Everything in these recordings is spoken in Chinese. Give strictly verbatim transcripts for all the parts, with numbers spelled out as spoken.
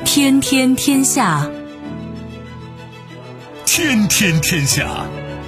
天天天下， 天天天下。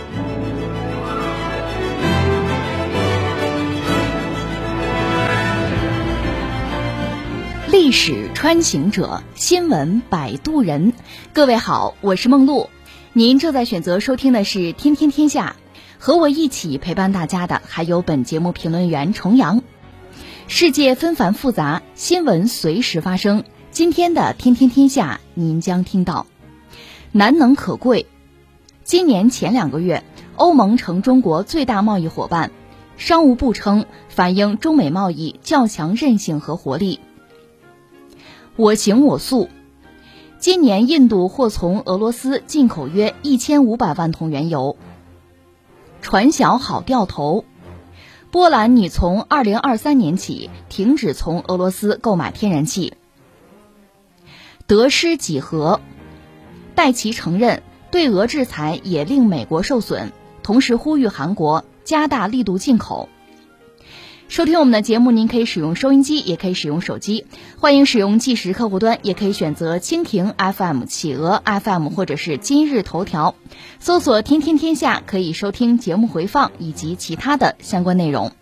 历史穿行者，新闻摆渡人。各位好，我是梦露。您正在选择收听的是天天天下，和我一起陪伴大家的还有本节目评论员重阳。世界纷繁复杂，新闻随时发生。今天的天天天下，您将听到难能可贵。今年前两个月，欧盟成中国最大贸易伙伴，商务部称反映中美贸易较强韧性和活力。我行我素。今年印度或从俄罗斯进口约一千五百万桶原油。船小好掉头。波兰拟从二零二三年起停止从俄罗斯购买天然气。得失几何。戴琪承认对俄制裁也令美国受损，同时呼吁韩国加大力度进口。收听我们的节目，您可以使用收音机，也可以使用手机，欢迎使用即时客户端，也可以选择蜻蜓 F M、 企鹅 F M 或者是今日头条，搜索天天天下，可以收听节目回放以及其他的相关内容。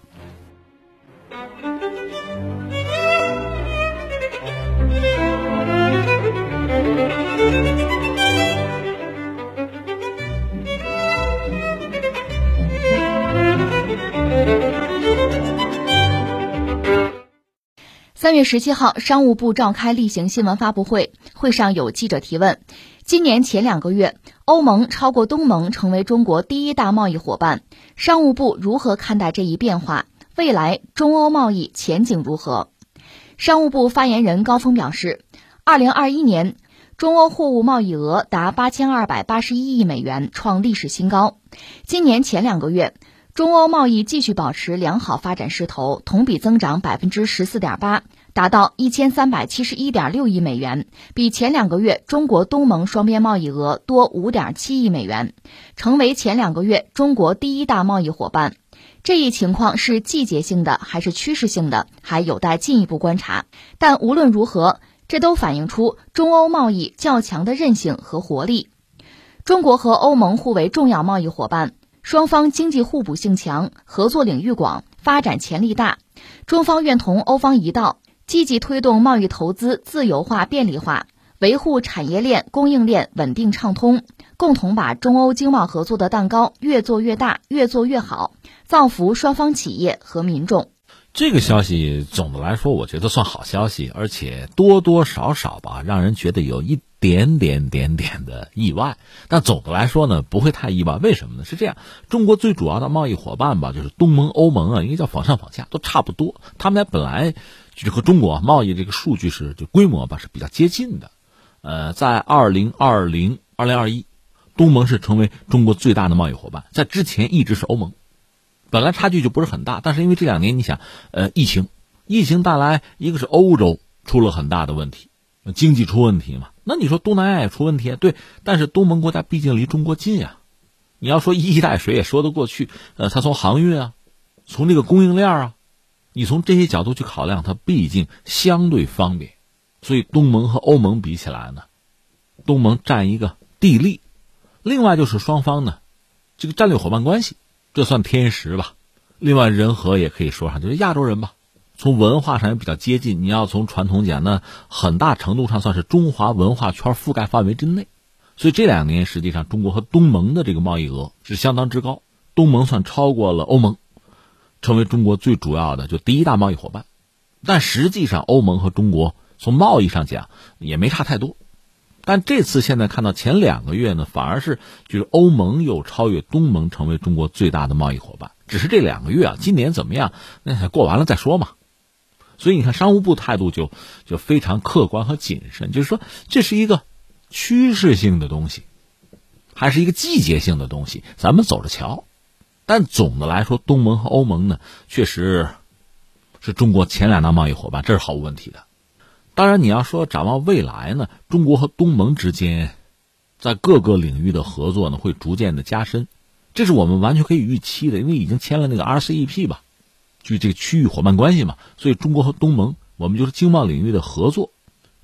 三月十七号，商务部召开例行新闻发布会，会上有记者提问：今年前两个月，欧盟超过东盟成为中国第一大贸易伙伴，商务部如何看待这一变化？未来中欧贸易前景如何？商务部发言人高峰表示，二零二一年中欧货物贸易额达八千二百八十一亿美元，创历史新高。今年前两个月，中欧贸易继续保持良好发展势头，同比增长 百分之十四点八， 达到一千三百七十一点六亿美元，比前两个月中国东盟双边贸易额多 五点七亿美元，成为前两个月中国第一大贸易伙伴。这一情况是季节性的还是趋势性的，还有待进一步观察。但无论如何，这都反映出中欧贸易较强的韧性和活力。中国和欧盟互为重要贸易伙伴，双方经济互补性强，合作领域广，发展潜力大。中方愿同欧方一道，积极推动贸易投资自由化便利化，维护产业链供应链稳定畅通，共同把中欧经贸合作的蛋糕越做越大，越做越好，造福双方企业和民众。 这个消息总的来说我觉得算好消息，而且多多少少吧让人觉得有一点点点点的意外，但总的来说呢不会太意外。为什么呢？是这样，中国最主要的贸易伙伴吧，就是东盟欧盟啊，应该叫仿上仿下，都差不多。他们俩本来就是和中国贸易这个数据是就规模吧是比较接近的。呃，在二零二零、二零二一，东盟是成为中国最大的贸易伙伴，在之前一直是欧盟。本来差距就不是很大，但是因为这两年你想，呃，疫情，疫情带来一个是欧洲出了很大的问题，经济出问题嘛。那你说东南亚也出问题，对，但是东盟国家毕竟离中国近呀。你要说一衣带水也说得过去，呃，它从航运啊，从这个供应链啊，你从这些角度去考量，它毕竟相对方便。所以东盟和欧盟比起来呢，东盟占一个地利。另外就是双方呢，这个战略伙伴关系，这算天时吧。另外人和也可以说上，就是亚洲人吧，从文化上也比较接近。你要从传统讲呢，很大程度上算是中华文化圈覆盖范围之内。所以这两年实际上中国和东盟的这个贸易额是相当之高，东盟算超过了欧盟，成为中国最主要的就第一大贸易伙伴。但实际上欧盟和中国从贸易上讲也没差太多。但这次现在看到前两个月呢，反而是就是欧盟又超越东盟成为中国最大的贸易伙伴。只是这两个月啊，今年怎么样，那过完了再说嘛。所以你看商务部态度就就非常客观和谨慎，就是说这是一个趋势性的东西，还是一个季节性的东西，咱们走着瞧。但总的来说，东盟和欧盟呢，确实是中国前两大贸易伙伴，这是毫无问题的。当然你要说展望未来呢，中国和东盟之间在各个领域的合作呢会逐渐的加深，这是我们完全可以预期的，因为已经签了那个 R C E P 吧，就是这个区域伙伴关系嘛，所以中国和东盟我们就是经贸领域的合作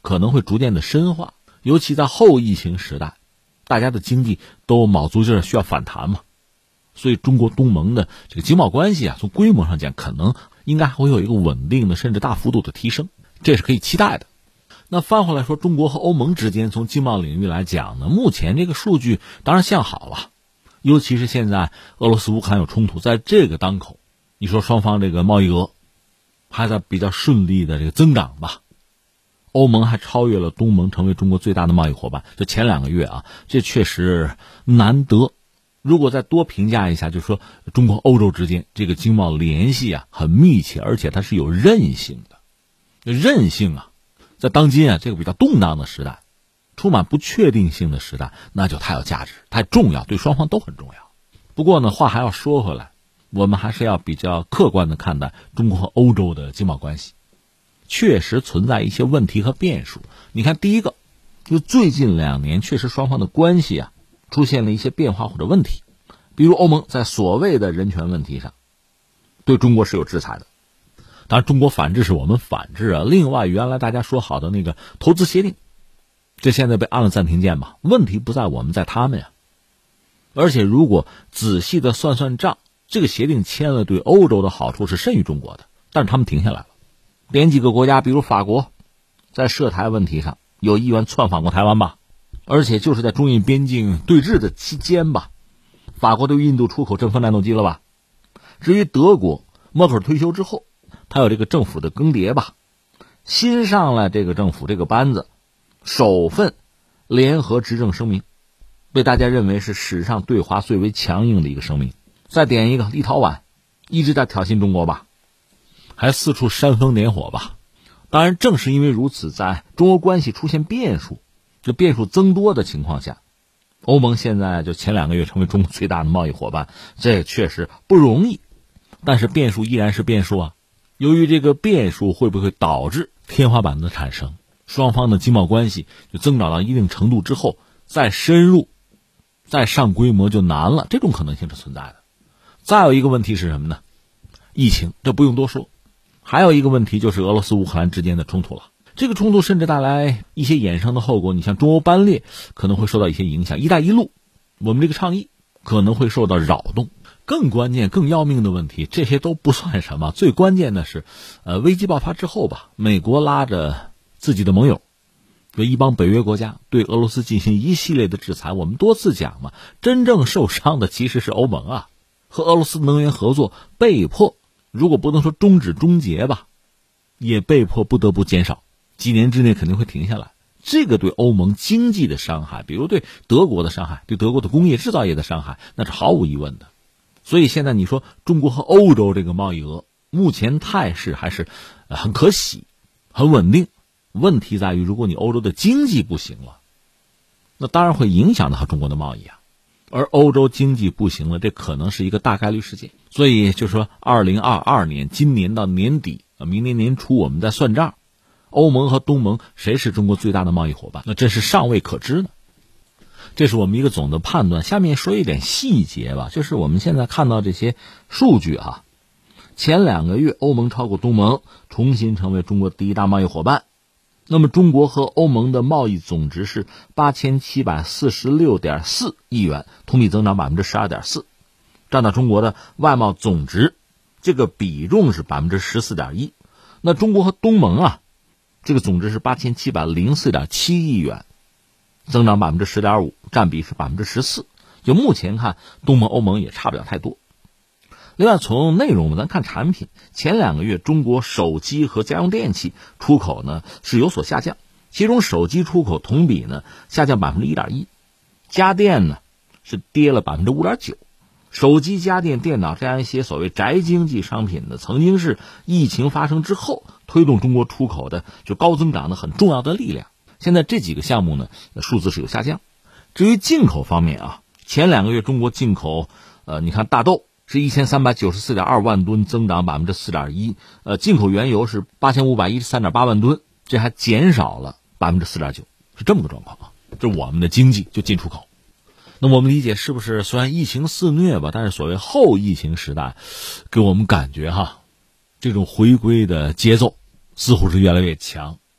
可能会逐渐的深化，尤其在后疫情时代，大家的经济都卯足劲儿需要反弹嘛，所以中国东盟的这个经贸关系啊，从规模上讲，可能应该还会有一个稳定的甚至大幅度的提升，这是可以期待的。那翻回来说，中国和欧盟之间从经贸领域来讲呢，目前这个数据当然向好了，尤其是现在俄罗斯乌克兰有冲突，在这个当口，你说双方这个贸易额还在比较顺利的这个增长吧，欧盟还超越了东盟，成为中国最大的贸易伙伴，就前两个月啊，这确实难得。如果再多评价一下，就是说中国欧洲之间这个经贸联系啊很密切，而且它是有韧性的。韧性啊，在当今啊这个比较动荡的时代，充满不确定性的时代，那就太有价值，太重要，对双方都很重要。不过呢，话还要说回来，我们还是要比较客观的看待中国和欧洲的经贸关系，确实存在一些问题和变数。你看，第一个，就最近两年确实双方的关系啊出现了一些变化或者问题，比如欧盟在所谓的人权问题上对中国是有制裁的，当然中国反制是我们反制啊。另外，原来大家说好的那个投资协定，这现在被按了暂停键吧，问题不在我们，在他们呀。而且如果仔细的算算账，这个协定签了对欧洲的好处是甚于中国的，但是他们停下来了。连几个国家，比如法国，在涉台问题上有议员窜访过台湾吧，而且就是在中印边境对峙的期间吧，法国对印度出口阵风战斗机了吧。至于德国，默克尔退休之后，他有这个政府的更迭吧，新上来这个政府这个班子首份联合执政声明，被大家认为是史上对华最为强硬的一个声明。再点一个，立陶宛一直在挑衅中国吧，还四处煽风点火吧。当然正是因为如此，在中欧关系出现变数，这变数增多的情况下，欧盟现在就前两个月成为中国最大的贸易伙伴，这确实不容易。但是变数依然是变数啊，由于这个变数会不会导致天花板的产生，双方的经贸关系就增长到一定程度之后，再深入再上规模就难了，这种可能性是存在的。再有一个问题是什么呢？疫情，这不用多说。还有一个问题就是俄罗斯乌克兰之间的冲突了，这个冲突甚至带来一些衍生的后果，你像中欧班列可能会受到一些影响，一带一路我们这个倡议可能会受到扰动。更关键更要命的问题，这些都不算什么，最关键的是呃，危机爆发之后吧，美国拉着自己的盟友，就一帮北约国家对俄罗斯进行一系列的制裁。我们多次讲嘛，真正受伤的其实是欧盟啊，和俄罗斯能源合作被迫，如果不能说终止终结吧，也被迫不得不减少，几年之内肯定会停下来。这个对欧盟经济的伤害，比如对德国的伤害，对德国的工业制造业的伤害，那是毫无疑问的。所以现在你说中国和欧洲这个贸易额目前态势还是很可喜很稳定，问题在于如果你欧洲的经济不行了，那当然会影响到中国的贸易啊。而欧洲经济不行了，这可能是一个大概率事件。所以就说二零二二年今年到年底明年年初我们在算账，欧盟和东盟谁是中国最大的贸易伙伴，那真是尚未可知呢。这是我们一个总的判断。下面说一点细节吧，就是我们现在看到这些数据啊，前两个月欧盟超过东盟，重新成为中国第一大贸易伙伴。那么中国和欧盟的贸易总值是八千七百四十六点四亿元，同比增长 百分之十二点四， 占到中国的外贸总值这个比重是 百分之十四点一。 那中国和东盟啊，这个总值是八千七百零四点七亿元，增长 百分之十点五， 占比是 百分之十四。 就目前看，东盟欧盟也差不了太多。另外从内容咱看产品，前两个月中国手机和家用电器出口呢是有所下降，其中手机出口同比呢下降 百分之一点一， 家电呢是跌了 百分之五点九。 手机、家电、电脑这样一些所谓宅经济商品呢，曾经是疫情发生之后推动中国出口的就高增长的很重要的力量。现在这几个项目呢数字是有下降。至于进口方面啊，前两个月中国进口呃，你看大豆是一千三百九十四点二万吨，增长 百分之四点一， 呃，进口原油是八千五百一十三点八万吨，这还减少了 百分之四点九， 是这么个状况啊。这我们的经济就进出口。那我们理解是不是虽然疫情肆虐吧，但是所谓后疫情时代给我们感觉哈，这种回归的节奏似乎是越来越强。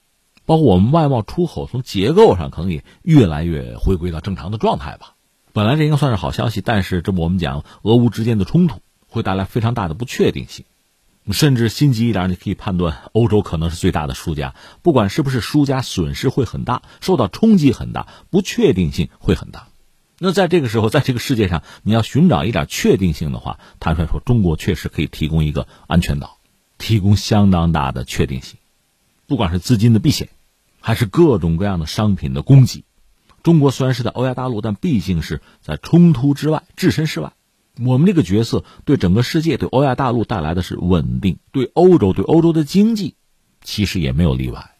包括我们外贸出口从结构上可能也越来越回归到正常的状态吧。本来这应该算是好消息，但是这不我们讲俄乌之间的冲突会带来非常大的不确定性，甚至心急一点你可以判断欧洲可能是最大的输家，不管是不是输家，损失会很大，受到冲击很大，不确定性会很大。那在这个时候，在这个世界上你要寻找一点确定性的话，坦率说中国确实可以提供一个安全岛，提供相当大的确定性，不管是资金的避险还是各种各样的商品的供给。中国虽然是在欧亚大陆，但毕竟是在冲突之外，置身事外。我们这个角色对整个世界，对欧亚大陆带来的是稳定，对欧洲，对欧洲的经济其实也没有例外。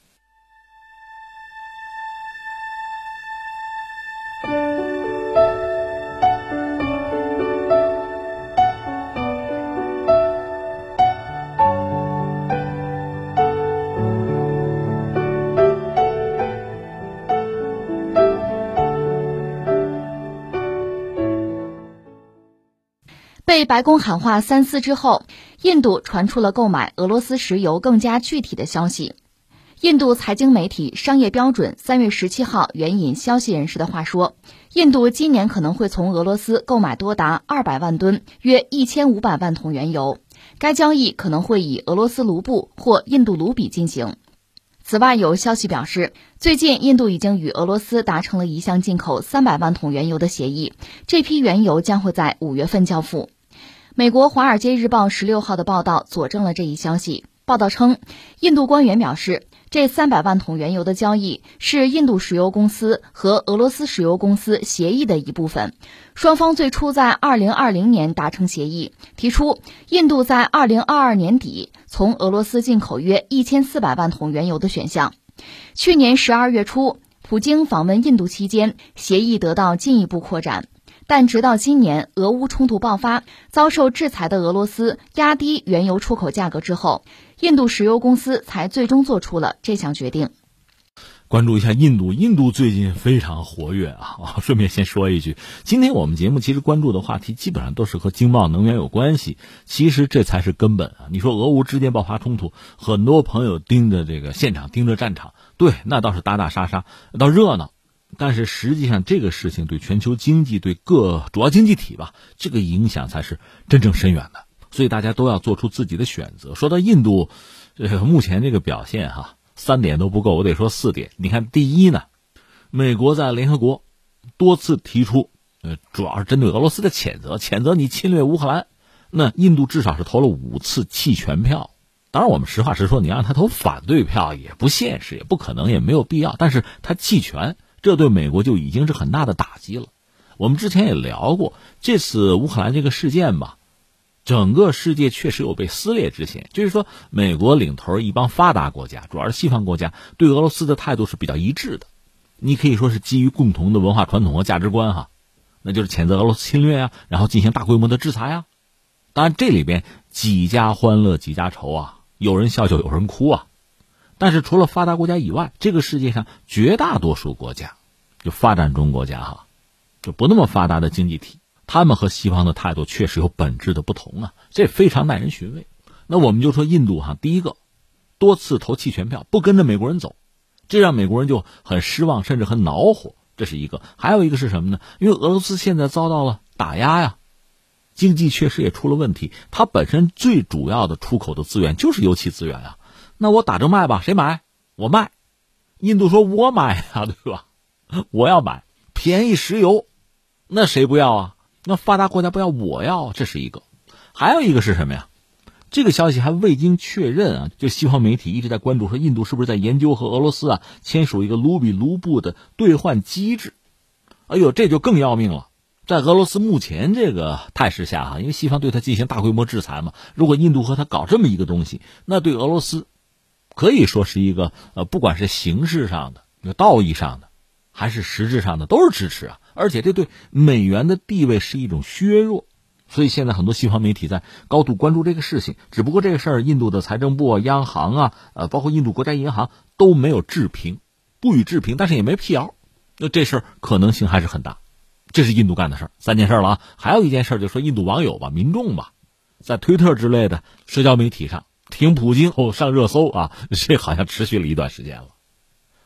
被白宫喊话三思之后，印度传出了购买俄罗斯石油更加具体的消息。印度财经媒体商业标准三月十七号援引消息人士的话说，印度今年可能会从俄罗斯购买多达二百万吨，约一千五百万桶原油。该交易可能会以俄罗斯卢布或印度卢比进行。此外，有消息表示，最近印度已经与俄罗斯达成了一项进口三百万桶原油的协议，这批原油将会在五月份交付。美国《华尔街日报》十六号的报道佐证了这一消息。报道称，印度官员表示，这三百万桶原油的交易是印度石油公司和俄罗斯石油公司协议的一部分。双方最初在二零二零年达成协议，提出印度在二零二二年底从俄罗斯进口约一千四百万桶原油的选项。去年十二月初，普京访问印度期间，协议得到进一步扩展。但直到今年俄乌冲突爆发，遭受制裁的俄罗斯压低原油出口价格之后，印度石油公司才最终做出了这项决定。 关注一下印度，印度最近非常活跃啊！顺便先说一句，今天我们节目其实关注的话题基本上都是和经贸能源有关系，其实这才是根本啊！你说俄乌之间爆发冲突，很多朋友盯着这个现场，盯着战场，对，那倒是打打杀杀，倒热闹。但是实际上这个事情对全球经济，对各主要经济体吧，这个影响才是真正深远的，所以大家都要做出自己的选择。说到印度呃，目前这个表现哈，三点都不够，我得说四点。你看，第一呢，美国在联合国多次提出呃，主要是针对俄罗斯的谴责，谴责你侵略乌克兰，那印度至少是投了五次弃权票。当然我们实话实说，你让他投反对票也不现实，也不可能，也没有必要，但是他弃权，这对美国就已经是很大的打击了。我们之前也聊过，这次乌克兰这个事件吧，整个世界确实有被撕裂之嫌，就是说美国领头一帮发达国家，主要是西方国家，对俄罗斯的态度是比较一致的。你可以说是基于共同的文化传统和价值观哈，那就是谴责俄罗斯侵略啊，然后进行大规模的制裁啊。当然这里边几家欢乐几家愁啊，有人笑就有人哭啊。但是除了发达国家以外，这个世界上绝大多数国家，就发展中国家哈，就不那么发达的经济体，他们和西方的态度确实有本质的不同啊，这非常耐人寻味。那我们就说印度哈，第一个多次投弃权票，不跟着美国人走，这让美国人就很失望，甚至很恼火，这是一个。还有一个是什么呢？因为俄罗斯现在遭到了打压呀，经济确实也出了问题，它本身最主要的出口的资源就是油气资源啊。那我打着卖吧，谁买？我卖。印度说我买啊，对吧？我要买便宜石油，那谁不要啊？那发达国家不要，我要，这是一个。还有一个是什么呀？这个消息还未经确认啊，就西方媒体一直在关注说印度是不是在研究和俄罗斯啊签署一个卢比卢布的兑换机制。哎呦，这就更要命了。在俄罗斯目前这个态势下哈，因为西方对他进行大规模制裁嘛，如果印度和他搞这么一个东西，那对俄罗斯可以说是一个呃，不管是形式上的、道义上的，还是实质上的，都是支持啊。而且这对美元的地位是一种削弱，所以现在很多西方媒体在高度关注这个事情。只不过这个事儿，印度的财政部啊、央行啊，呃，包括印度国家银行都没有置评，不予置评，但是也没辟谣。那这事儿可能性还是很大。这是印度干的事儿，三件事了啊。还有一件事，就说印度网友吧、民众吧，在推特之类的社交媒体上挺普京后上热搜啊，这好像持续了一段时间了。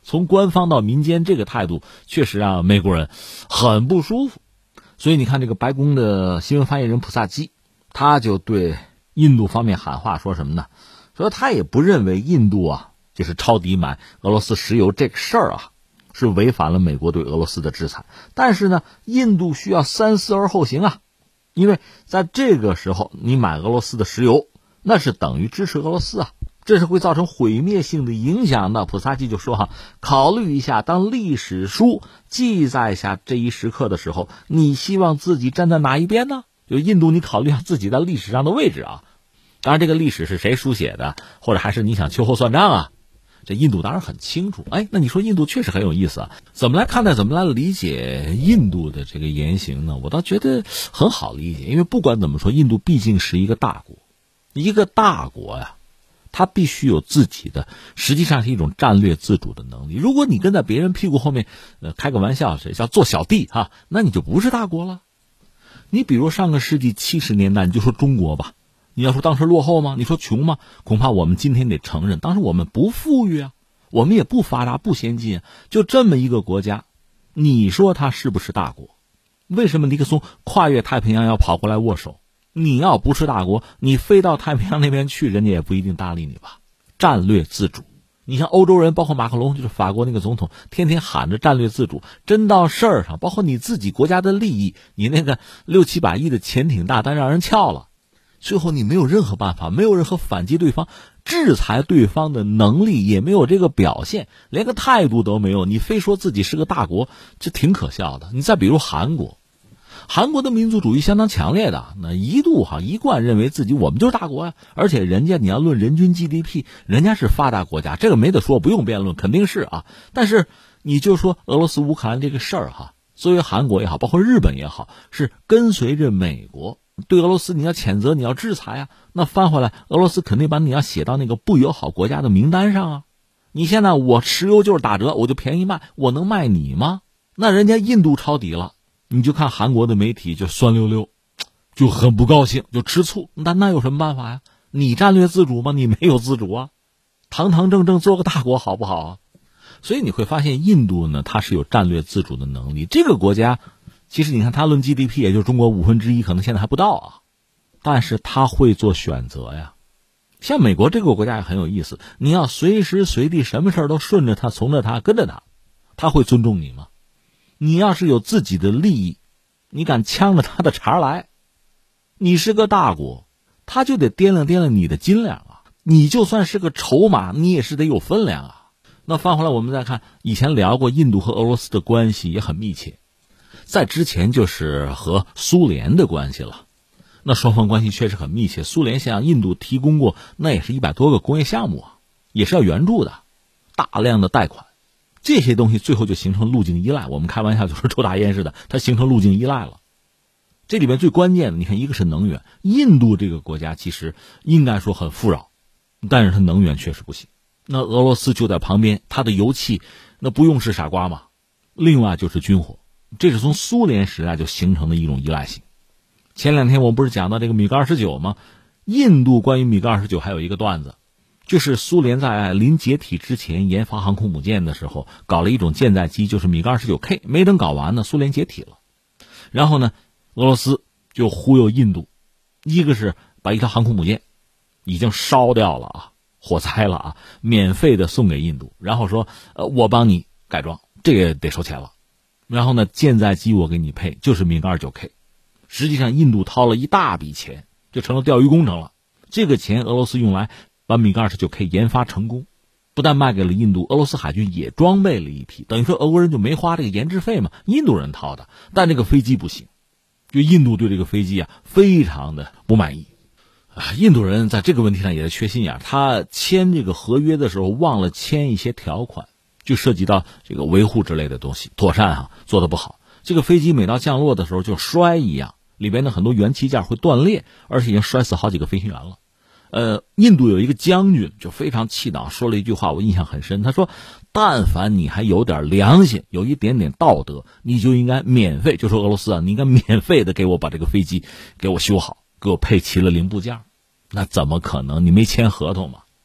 从官方到民间，这个态度确实让美国人很不舒服。所以你看，这个白宫的新闻发言人普萨基，他就对印度方面喊话，说什么呢？说他也不认为印度啊，就是抄底买俄罗斯石油这个事儿啊，是违反了美国对俄罗斯的制裁。但是呢，印度需要三思而后行啊，因为在这个时候你买俄罗斯的石油，那是等于支持俄罗斯啊，这是会造成毁灭性的影响的。普萨基就说哈，考虑一下，当历史书记载下这一时刻的时候，你希望自己站在哪一边呢？就印度，你考虑一下自己在历史上的位置啊。当然，这个历史是谁书写的，或者还是你想秋后算账啊？这印度当然很清楚。哎，那你说印度确实很有意思啊？怎么来看待，怎么来理解印度的这个言行呢？我倒觉得很好理解，因为不管怎么说，印度毕竟是一个大国，一个大国呀。他必须有自己的，实际上是一种战略自主的能力。如果你跟在别人屁股后面，呃，开个玩笑，谁叫做小弟哈，那你就不是大国了。你比如上个世纪七十年代，你就说中国吧，你要说当时落后吗？你说穷吗？恐怕我们今天得承认，当时我们不富裕啊，我们也不发达、不先进啊。就这么一个国家，你说它是不是大国？为什么尼克松跨越太平洋要跑过来握手？你要不是大国，你飞到太平洋那边去，人家也不一定搭理你吧。战略自主，你像欧洲人，包括马克龙，就是法国那个总统，天天喊着战略自主，真到事儿上，包括你自己国家的利益，你那个六七百亿的潜艇大单让人撬了，最后你没有任何办法，没有任何反击对方、制裁对方的能力，也没有这个表现，连个态度都没有，你非说自己是个大国，这挺可笑的。你再比如韩国。韩国的民族主义相当强烈的，那一度哈一贯认为自己我们就是大国呀，而且人家你要论人均 G D P， 人家是发达国家，这个没得说，不用辩论，肯定是啊。但是你就说俄罗斯乌克兰这个事儿哈，作为韩国也好，包括日本也好，是跟随着美国对俄罗斯你要谴责，你要制裁啊，那翻回来俄罗斯肯定把你要写到那个不友好国家的名单上啊。你现在我石油就是打折，我就便宜卖，我能卖你吗？那人家印度抄底了。你就看韩国的媒体就酸溜溜，就很不高兴，就吃醋。那那有什么办法呀？你战略自主吗？你没有自主啊！堂堂正正做个大国好不好啊？所以你会发现印度呢，它是有战略自主的能力。这个国家，其实你看它论 G D P 也就中国五分之一，可能现在还不到啊。但是它会做选择呀。像美国这个国家也很有意思，你要随时随地什么事都顺着它，从着它，跟着它，它会尊重你吗？你要是有自己的利益，你敢呛着他的茬来，你是个大国，他就得掂量掂量你的斤两啊。你就算是个筹码，你也是得有分量啊。那翻回来我们再看，以前聊过印度和俄罗斯的关系也很密切，在之前就是和苏联的关系了。那双方关系确实很密切，苏联向印度提供过那也是一百多个工业项目啊，也是要援助的，大量的贷款。这些东西最后就形成路径依赖，我们开玩笑就说抽大烟似的，它形成路径依赖了。这里面最关键的，你看一个是能源，印度这个国家其实应该说很富饶，但是它能源确实不行。那俄罗斯就在旁边，它的油气那不用是傻瓜嘛。另外就是军火，这是从苏联时代就形成的一种依赖性。前两天我们不是讲到这个米格二十九吗？印度关于米格二十九还有一个段子，就是苏联在临解体之前研发航空母舰的时候，搞了一种舰载机，就是米格 二十九 K， 没等搞完呢，苏联解体了。然后呢，俄罗斯就忽悠印度，一个是把一条航空母舰已经烧掉了啊，火灾了啊，免费的送给印度，然后说呃，我帮你改装，这个得收钱了。然后呢，舰载机我给你配，就是米格 二十九 K。实际上印度掏了一大笔钱，就成了钓鱼工程了。这个钱俄罗斯用来把米格 二十九 K 研发成功，不但卖给了印度，俄罗斯海军也装备了一批，等于说俄国人就没花这个研制费嘛，印度人掏的。但这个飞机不行，就印度对这个飞机啊非常的不满意啊。印度人在这个问题上也是缺心眼，他签这个合约的时候忘了签一些条款，就涉及到这个维护之类的东西，妥善啊做得不好。这个飞机每到降落的时候就摔一样，里边的很多元器件会断裂，而且已经摔死好几个飞行员了。呃，印度有一个将军就非常气恼，说了一句话我印象很深，他说但凡你还有点良心，有一点点道德，你就应该免费，就说俄罗斯啊，你应该免费的给我把这个飞机给我修好，给我配齐了零部件。那怎么可能？你没签合同嘛？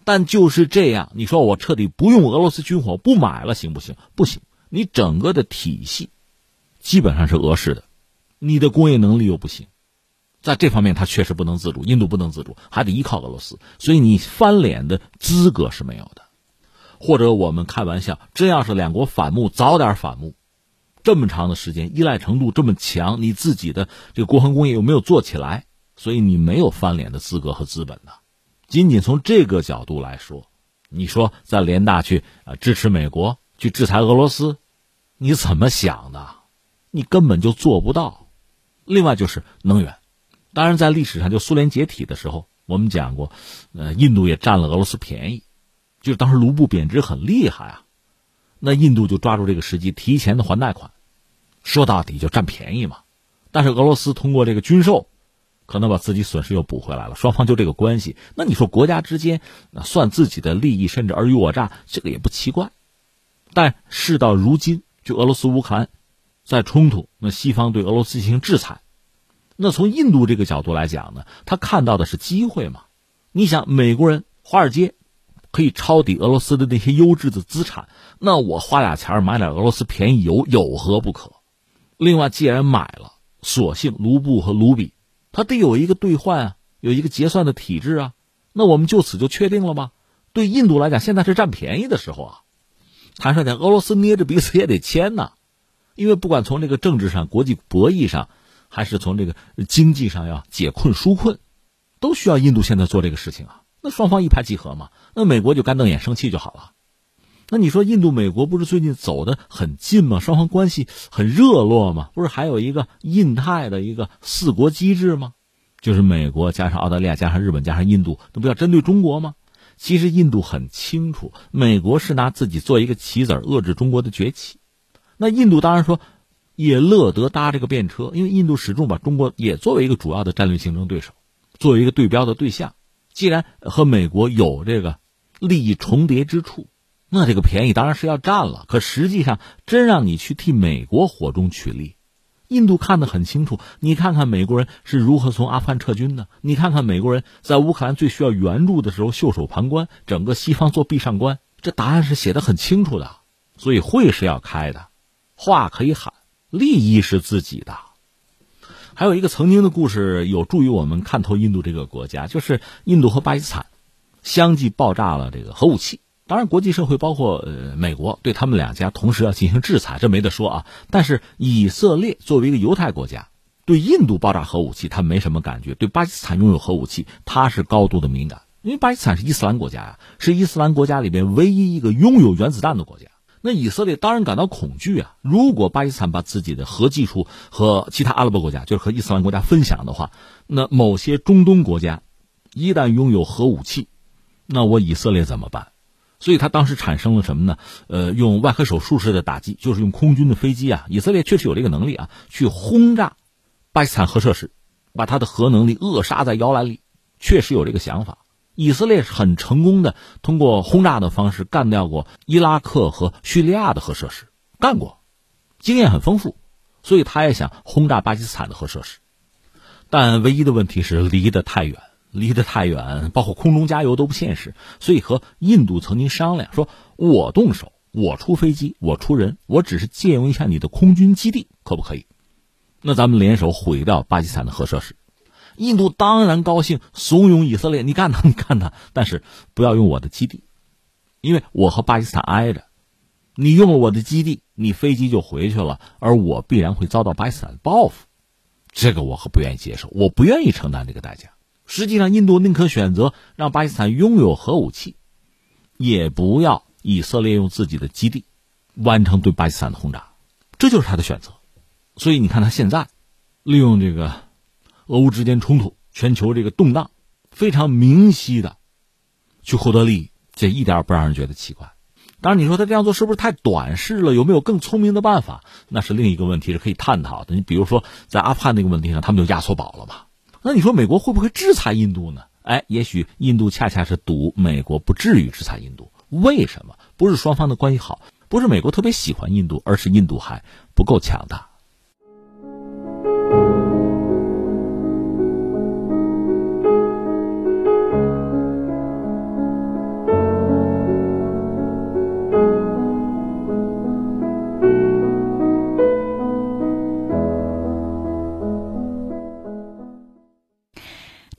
但就是这样，你说我彻底不用俄罗斯军火，不买了行不行？不行，你整个的体系基本上是俄式的，你的工业能力又不行，在这方面它确实不能自主，印度不能自主，还得依靠俄罗斯，所以你翻脸的资格是没有的。或者我们开玩笑，真要是两国反目，早点反目，这么长的时间，依赖程度这么强，你自己的这个国防工业又没有做起来，所以你没有翻脸的资格和资本的。仅仅从这个角度来说，你说在联大去啊支持美国，去制裁俄罗斯，你怎么想的？你根本就做不到。另外就是能源，当然在历史上就苏联解体的时候，我们讲过，呃，印度也占了俄罗斯便宜，就是当时卢布贬值很厉害啊，那印度就抓住这个时机提前的还贷款，说到底就占便宜嘛。但是俄罗斯通过这个军售，可能把自己损失又补回来了，双方就这个关系。那你说国家之间那算自己的利益，甚至尔虞我诈，这个也不奇怪。但事到如今，就俄罗斯乌克兰在冲突，那西方对俄罗斯进行制裁，那从印度这个角度来讲呢，他看到的是机会嘛。你想美国人华尔街可以抄底俄罗斯的那些优质的资产，那我花俩钱买点俄罗斯便宜油有何不可？另外既然买了，索性卢布和卢比它得有一个兑换啊，有一个结算的体制啊，那我们就此就确定了吗？对印度来讲，现在是占便宜的时候啊。坦率点，俄罗斯捏着鼻子也得签呐，因为不管从这个政治上、国际博弈上，还是从这个经济上要解困纾困，都需要印度现在做这个事情啊。那双方一拍即合嘛，那美国就干瞪眼生气就好了。那你说印度美国不是最近走得很近吗？双方关系很热络吗？不是还有一个印太的一个四国机制吗？就是美国加上澳大利亚加上日本加上印度，那不要针对中国吗？其实印度很清楚，美国是拿自己做一个棋子遏制中国的崛起。那印度当然说也乐得搭这个便车，因为印度始终把中国也作为一个主要的战略竞争对手，作为一个对标的对象。既然和美国有这个利益重叠之处，那这个便宜当然是要占了。可实际上真让你去替美国火中取栗，印度看得很清楚。你看看美国人是如何从阿富汗撤军的，你看看美国人在乌克兰最需要援助的时候袖手旁观，整个西方做壁上观，这答案是写得很清楚的。所以会是要开的，话可以喊，利益是自己的。还有一个曾经的故事有助于我们看透印度这个国家，就是印度和巴基斯坦相继爆炸了这个核武器。当然国际社会包括呃美国对他们两家同时要进行制裁，这没得说啊。但是以色列作为一个犹太国家，对印度爆炸核武器他没什么感觉，对巴基斯坦拥有核武器他是高度的敏感。因为巴基斯坦是伊斯兰国家呀，是伊斯兰国家里边唯一一个拥有原子弹的国家。那以色列当然感到恐惧啊！如果巴基斯坦把自己的核技术和其他阿拉伯国家，就是和伊斯兰国家分享的话，那某些中东国家一旦拥有核武器，那我以色列怎么办？所以他当时产生了什么呢？呃，用外科手术式的打击，就是用空军的飞机啊，以色列确实有这个能力啊，去轰炸巴基斯坦核设施，把它的核能力扼杀在摇篮里，确实有这个想法。以色列是很成功的通过轰炸的方式干掉过伊拉克和叙利亚的核设施，干过，经验很丰富，所以他也想轰炸巴基斯坦的核设施。但唯一的问题是离得太远，离得太远，包括空中加油都不现实。所以和印度曾经商量说，我动手，我出飞机，我出人，我只是借用一下你的空军基地，可不可以？那咱们联手毁掉巴基斯坦的核设施。印度当然高兴，怂恿以色列，你干他，你干他，但是不要用我的基地，因为我和巴基斯坦挨着，你用了我的基地，你飞机就回去了，而我必然会遭到巴基斯坦的报复，这个我可不愿意接受，我不愿意承担这个代价。实际上印度宁可选择让巴基斯坦拥有核武器，也不要以色列用自己的基地完成对巴基斯坦的轰炸，这就是他的选择。所以你看他现在利用这个俄乌之间冲突，全球这个动荡，非常明晰的去获得利益，这一点不让人觉得奇怪。当然你说他这样做是不是太短视了，有没有更聪明的办法，那是另一个问题，是可以探讨的。你比如说在阿富汗那个问题上，他们就押错宝了吧？那你说美国会不会制裁印度呢？哎，也许印度恰恰是赌美国不至于制裁印度。为什么？不是双方的关系好，不是美国特别喜欢印度，而是印度还不够强大。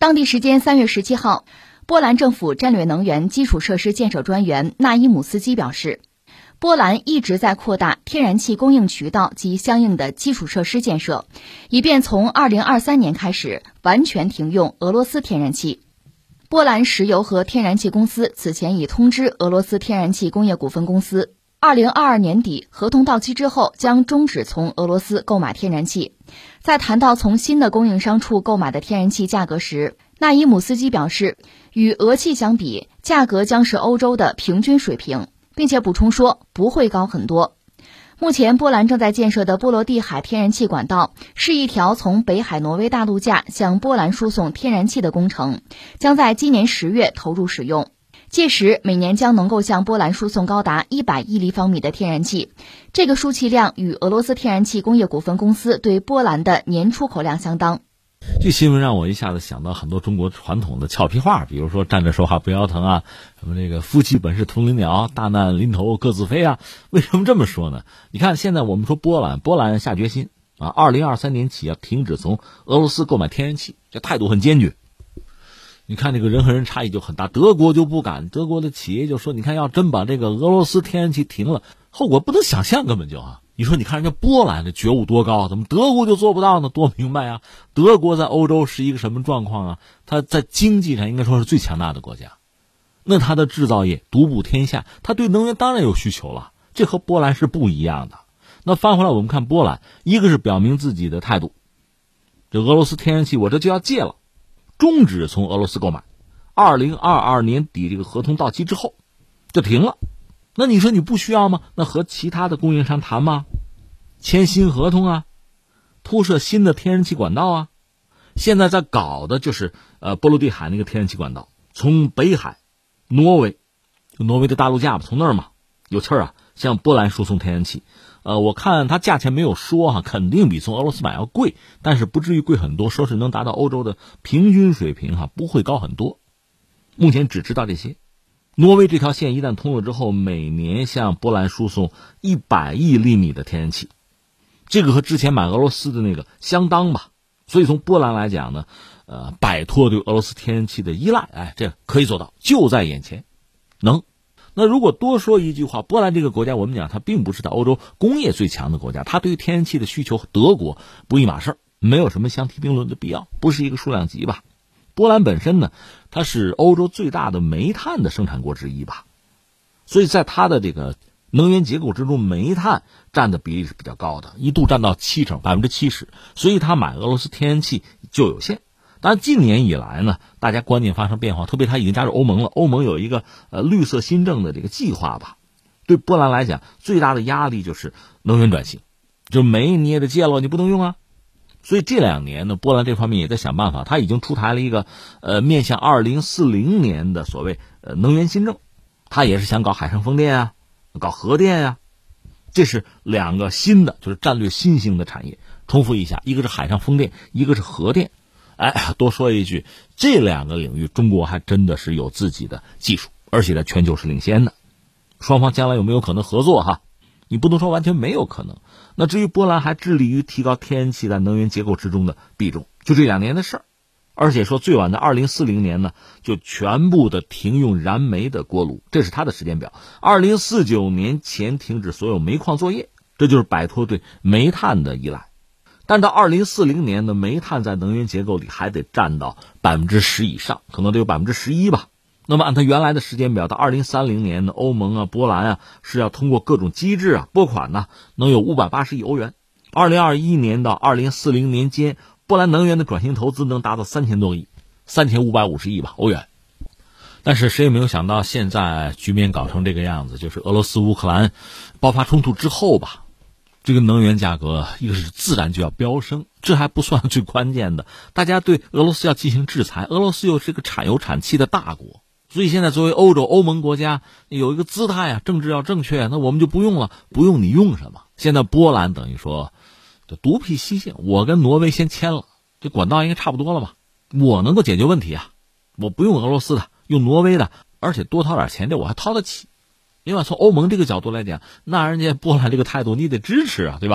当地时间三月十七号，波兰政府战略能源基础设施建设专员纳伊姆斯基表示，波兰一直在扩大天然气供应渠道及相应的基础设施建设，以便从二零二三年开始完全停用俄罗斯天然气。波兰石油和天然气公司此前已通知俄罗斯天然气工业股份公司，二零二二年底合同到期之后将终止从俄罗斯购买天然气。在谈到从新的供应商处购买的天然气价格时，纳伊姆斯基表示，与俄气相比，价格将是欧洲的平均水平，并且补充说不会高很多。目前波兰正在建设的波罗的海天然气管道是一条从北海挪威大陆架向波兰输送天然气的工程，将在今年十月投入使用。届时每年将能够向波兰输送高达一百亿立方米的天然气，这个输气量与俄罗斯天然气工业股份公司对波兰的年出口量相当。 这新闻让我一下子想到很多中国传统的俏皮话，比如说站着说话不腰疼啊，什么这个夫妻本是同林鸟，大难临头各自飞啊。为什么这么说呢？你看现在我们说波兰，波兰下决心啊，二零二三年起要停止从俄罗斯购买天然气，这态度很坚决。你看这个人和人差异就很大，德国就不敢，德国的企业就说，你看要真把这个俄罗斯天然气停了，后果不能想象，根本就啊。你说你看人家波兰的觉悟多高，怎么德国就做不到呢？多明白啊！德国在欧洲是一个什么状况啊？它在经济上应该说是最强大的国家，那它的制造业独步天下，它对能源当然有需求了，这和波兰是不一样的。那翻回来我们看波兰，一个是表明自己的态度，这俄罗斯天然气我这就要戒了，终止从俄罗斯购买，二零二二年底这个合同到期之后就停了。那你说你不需要吗？那和其他的供应商谈吗？签新合同啊，铺设新的天然气管道啊。现在在搞的就是呃波罗的海那个天然气管道，从北海、挪威，就挪威的大陆架吧，从那儿嘛有气儿啊，向波兰输送天然气。呃，我看它价钱没有说哈、啊，肯定比从俄罗斯买要贵，但是不至于贵很多，说是能达到欧洲的平均水平哈、啊，不会高很多。目前只知道这些。挪威这条线一旦通了之后，每年向波兰输送一百亿立米的天然气，这个和之前买俄罗斯的那个相当吧。所以从波兰来讲呢，呃，摆脱对俄罗斯天然气的依赖，哎，这可以做到，就在眼前，能。那如果多说一句话，波兰这个国家，我们讲它并不是在欧洲工业最强的国家，它对于天然气的需求和德国不一码事儿，没有什么相提并论的必要，不是一个数量级吧。波兰本身呢，它是欧洲最大的煤炭的生产国之一吧，所以在它的这个能源结构之中，煤炭占的比例是比较高的，一度占到七成，百分之七十，所以它买俄罗斯天然气就有限。当然，近年以来呢，大家观念发生变化，特别它已经加入欧盟了，欧盟有一个呃绿色新政的这个计划吧，对波兰来讲，最大的压力就是能源转型，就煤你也得戒了，你不能用啊。所以这两年呢，波兰这方面也在想办法，他已经出台了一个呃面向二零四零年的所谓呃能源新政，他也是想搞海上风电啊，搞核电啊，这是两个新的就是战略新兴的产业。重复一下，一个是海上风电，一个是核电。哎，多说一句，这两个领域中国还真的是有自己的技术，而且在全球是领先的。双方将来有没有可能合作哈？你不能说完全没有可能。那至于波兰还致力于提高天然气在能源结构之中的比重，就这两年的事儿。而且说最晚在二零四零年呢，就全部的停用燃煤的锅炉，这是它的时间表。二零四九年前停止所有煤矿作业，这就是摆脱对煤炭的依赖。但到二零四零年呢，煤炭在能源结构里还得占到百分之十以上，可能得有百分之十一吧。那么按它原来的时间表，到二零三零年呢，欧盟啊、波兰啊是要通过各种机制啊拨款呢，能有五百八十亿欧元。二零二一年到二零四零年间，波兰能源的转型投资能达到三千多亿，三千五百五十亿吧欧元。但是谁也没有想到，现在局面搞成这个样子，就是俄罗斯乌克兰爆发冲突之后吧，这个能源价格一个是自然就要飙升，这还不算最关键的，大家对俄罗斯要进行制裁，俄罗斯又是个产油产气的大国。所以现在作为欧洲欧盟国家有一个姿态啊，政治要正确，那我们就不用了，不用你用什么？现在波兰等于说就独辟蹊径，我跟挪威先签了，这管道应该差不多了吧？我能够解决问题啊，我不用俄罗斯的，用挪威的，而且多掏点钱，这我还掏得起。另外从欧盟这个角度来讲，那人家波兰这个态度你得支持啊，对吧？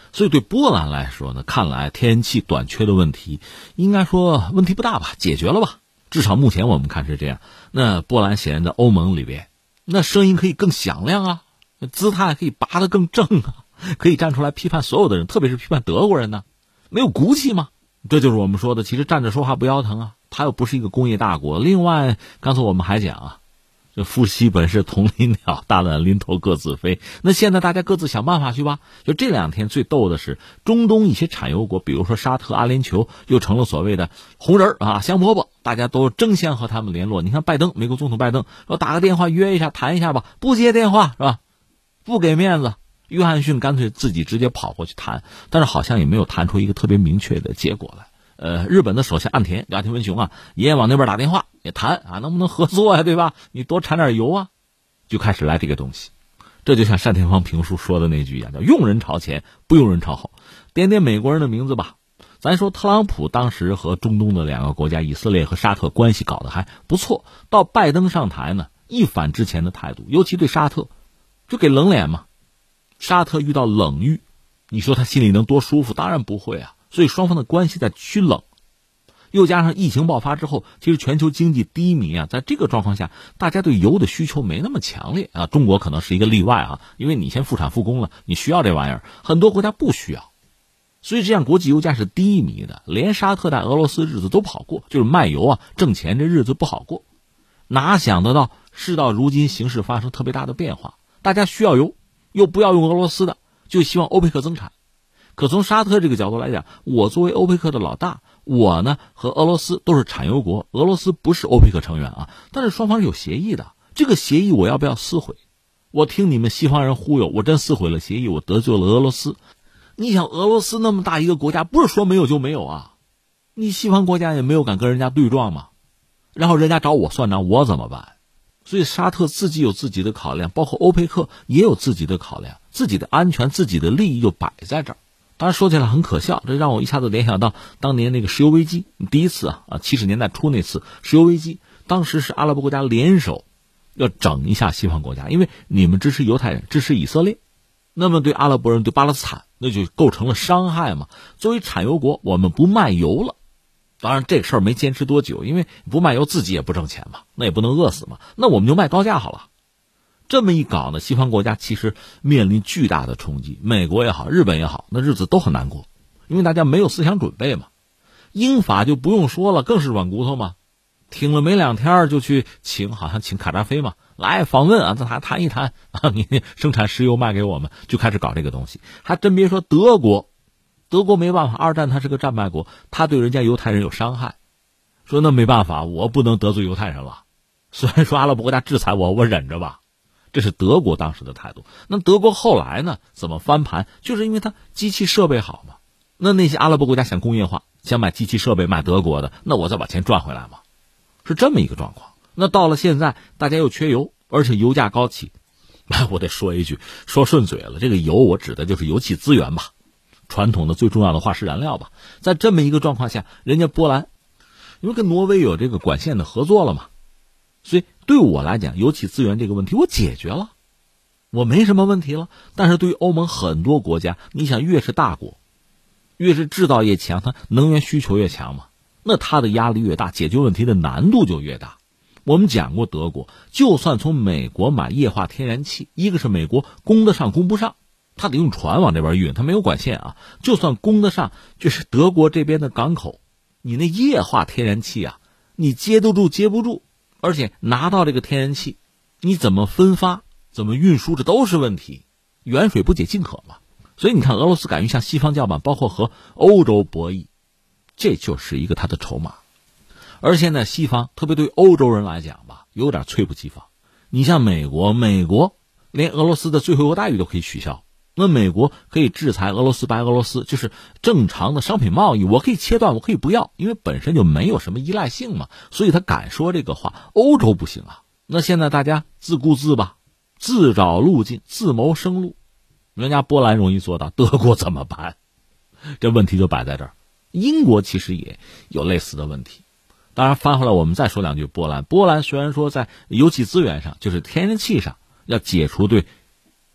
所以对波兰来说呢，看来天然气短缺的问题，应该说问题不大吧，解决了吧？至少目前我们看是这样。那波兰显然在欧盟里边，那声音可以更响亮啊，姿态可以拔得更正啊，可以站出来批判所有的人，特别是批判德国人呢，没有骨气吗？这就是我们说的，其实站着说话不腰疼啊。它又不是一个工业大国。另外，刚才我们还讲啊，这夫妻本是同林鸟，大难临头各自飞。那现在大家各自想办法去吧。就这两天最逗的是，中东一些产油国，比如说沙特、阿联酋，又成了所谓的红人啊，香饽饽，大家都争相和他们联络。你看拜登，美国总统拜登说打个电话约一下谈一下吧，不接电话是吧？不给面子。约翰逊干脆自己直接跑过去谈，但是好像也没有谈出一个特别明确的结果来。呃，日本的首相岸田岸田文雄啊，也往那边打电话也谈啊，能不能合作呀，对吧？你多产点油啊，就开始来这个东西。这就像单田芳评书说的那句一样，叫用人朝前，不用人朝后。点点美国人的名字吧。咱说特朗普当时和中东的两个国家以色列和沙特关系搞得还不错，到拜登上台呢，一反之前的态度，尤其对沙特就给冷脸嘛。沙特遇到冷遇，你说他心里能多舒服？当然不会啊。所以双方的关系在趋冷，又加上疫情爆发之后，其实全球经济低迷啊，在这个状况下，大家对油的需求没那么强烈啊。中国可能是一个例外啊，因为你先复产复工了，你需要这玩意儿，很多国家不需要，所以这样国际油价是低迷的。连沙特在俄罗斯日子都不好过，就是卖油啊挣钱，这日子不好过。哪想得到事到如今形势发生特别大的变化，大家需要油，又不要用俄罗斯的，就希望欧佩克增产。可从沙特这个角度来讲，我作为欧佩克的老大，我呢和俄罗斯都是产油国，俄罗斯不是欧佩克成员啊，但是双方是有协议的，这个协议我要不要撕毁？我听你们西方人忽悠，我真撕毁了协议，我得罪了俄罗斯。你想俄罗斯那么大一个国家，不是说没有就没有啊，你西方国家也没有敢跟人家对撞嘛，然后人家找我算账，我怎么办？所以沙特自己有自己的考量，包括欧佩克也有自己的考量，自己的安全自己的利益就摆在这儿。当然说起来很可笑，这让我一下子联想到当年那个石油危机，第一次啊啊七十年代初那次石油危机，当时是阿拉伯国家联手要整一下西方国家，因为你们支持犹太人，支持以色列，那么对阿拉伯人对巴勒斯坦那就构成了伤害嘛。作为产油国，我们不卖油了。当然这个事儿没坚持多久，因为不卖油自己也不挣钱嘛，那也不能饿死嘛，那我们就卖高价好了。这么一搞呢，西方国家其实面临巨大的冲击，美国也好，日本也好，那日子都很难过，因为大家没有思想准备嘛。英法就不用说了，更是软骨头嘛，挺了没两天就去请，好像请卡扎菲嘛，来访问啊，咱还谈一谈啊，你生产石油卖给我们，就开始搞这个东西。还真别说德国，德国没办法，二战它是个战败国，他对人家犹太人有伤害，说那没办法，我不能得罪犹太人了，虽然说阿拉伯国家制裁我，我忍着吧。这是德国当时的态度。那德国后来呢？怎么翻盘？就是因为它机器设备好嘛。那那些阿拉伯国家想工业化，想买机器设备买德国的，那我再把钱赚回来嘛，是这么一个状况。那到了现在，大家又缺油，而且油价高企，我得说一句，说顺嘴了，这个油我指的就是油气资源吧，传统的最重要的化石燃料吧。在这么一个状况下，人家波兰因为跟挪威有这个管线的合作了嘛，所以对我来讲，油气资源这个问题我解决了，我没什么问题了。但是对于欧盟很多国家，你想越是大国，越是制造业强，它能源需求越强嘛，那它的压力越大，解决问题的难度就越大。我们讲过德国，就算从美国买液化天然气，一个是美国供得上供不上，它得用船往这边运，它没有管线啊，就算供得上，就是德国这边的港口，你那液化天然气啊，你接得住接不住，而且拿到这个天然气，你怎么分发怎么运输，这都是问题，远水不解近渴嘛。所以你看俄罗斯敢于向西方叫板，包括和欧洲博弈，这就是一个他的筹码。而现在西方特别对欧洲人来讲吧，有点猝不及防。你像美国，美国连俄罗斯的最惠国待遇都可以取消，那美国可以制裁俄罗斯、白俄罗斯，就是正常的商品贸易，我可以切断，我可以不要，因为本身就没有什么依赖性嘛，所以他敢说这个话。欧洲不行啊，那现在大家自顾自吧，自找路径，自谋生路。人家波兰容易做到，德国怎么办？这问题就摆在这儿。英国其实也有类似的问题。当然翻回来我们再说两句波兰。波兰虽然说在油气资源上，就是天然气上要解除对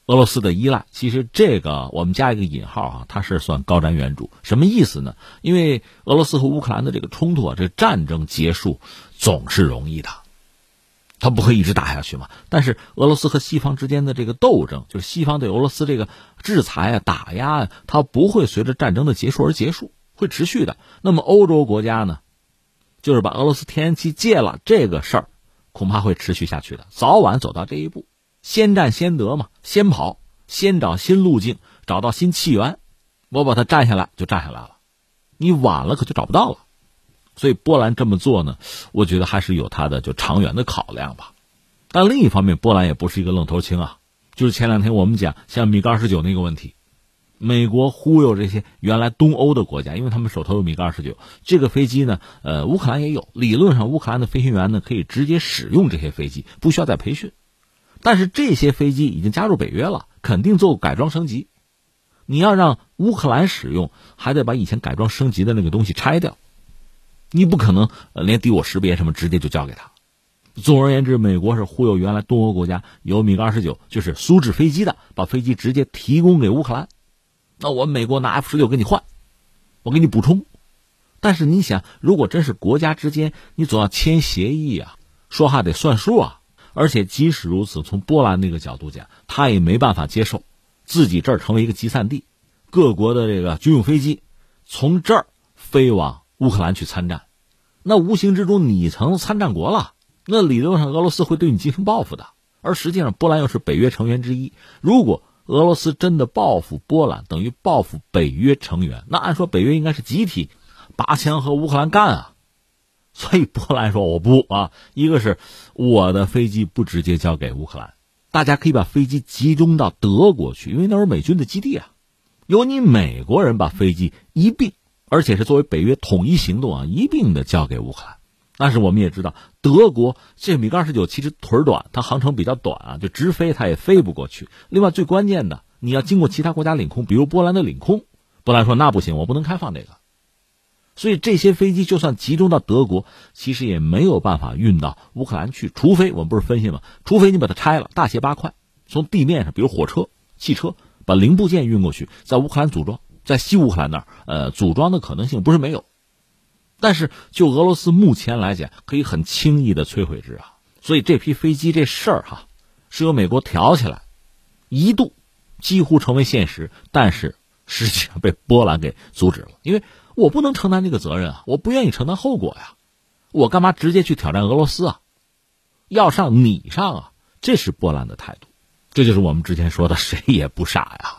俄罗斯的依赖。其实这个我们加一个引号啊，它是算高瞻远瞩。什么意思呢？因为俄罗斯和乌克兰的这个冲突啊，这战争结束总是容易的，它不会一直打下去嘛。但是俄罗斯和西方之间的这个斗争，就是西方对俄罗斯这个制裁啊、打压啊，它不会随着战争的结束而结束，会持续的。那么欧洲国家呢，就是把俄罗斯天然气戒了这个事儿，恐怕会持续下去的，早晚走到这一步。先占先得嘛，先跑，先找新路径，找到新气源，我把它占下来就占下来了，你晚了可就找不到了。所以波兰这么做呢，我觉得还是有它的就长远的考量吧。但另一方面，波兰也不是一个愣头青啊，就是前两天我们讲像米格二十九那个问题，美国忽悠这些原来东欧的国家，因为他们手头有米格二十九这个飞机呢，呃，乌克兰也有，理论上乌克兰的飞行员呢可以直接使用这些飞机，不需要再培训。但是这些飞机已经加入北约了，肯定做改装升级。你要让乌克兰使用，还得把以前改装升级的那个东西拆掉。你不可能呃连敌我识别什么直接就交给他。总而言之，美国是忽悠原来东欧国家有米格二十九，就是苏制飞机的，把飞机直接提供给乌克兰。那我们美国拿 F 十六给你换，我给你补充。但是你想，如果真是国家之间，你总要签协议啊，说话得算数啊。而且即使如此，从波兰那个角度讲，他也没办法接受自己这儿成为一个集散地，各国的这个军用飞机从这儿飞往乌克兰去参战，那无形之中你成参战国了，那理论上俄罗斯会对你进行报复的。而实际上波兰又是北约成员之一，如果俄罗斯真的报复波兰，等于报复北约成员，那按说北约应该是集体拔枪和乌克兰干啊。所以波兰说我不啊，一个是我的飞机不直接交给乌克兰，大家可以把飞机集中到德国去，因为那是美军的基地啊，由你美国人把飞机一并，而且是作为北约统一行动啊，一并的交给乌克兰。但是我们也知道，德国这米格二十九其实腿短，它航程比较短啊，就直飞它也飞不过去。另外最关键的，你要经过其他国家领空，比如波兰的领空，波兰说那不行，我不能开放这个。所以这些飞机就算集中到德国，其实也没有办法运到乌克兰去，除非我们不是分析吗？除非你把它拆了，大卸八块，从地面上，比如火车、汽车，把零部件运过去，在乌克兰组装，在西乌克兰那儿，呃，组装的可能性不是没有。但是就俄罗斯目前来讲，可以很轻易的摧毁之啊。所以这批飞机这事儿哈，是由美国挑起来，一度几乎成为现实，但是实际上被波兰给阻止了，因为我不能承担这个责任啊，我不愿意承担后果呀，我干嘛直接去挑战俄罗斯啊？要上你上啊，这是波兰的态度，这就是我们之前说的谁也不傻呀。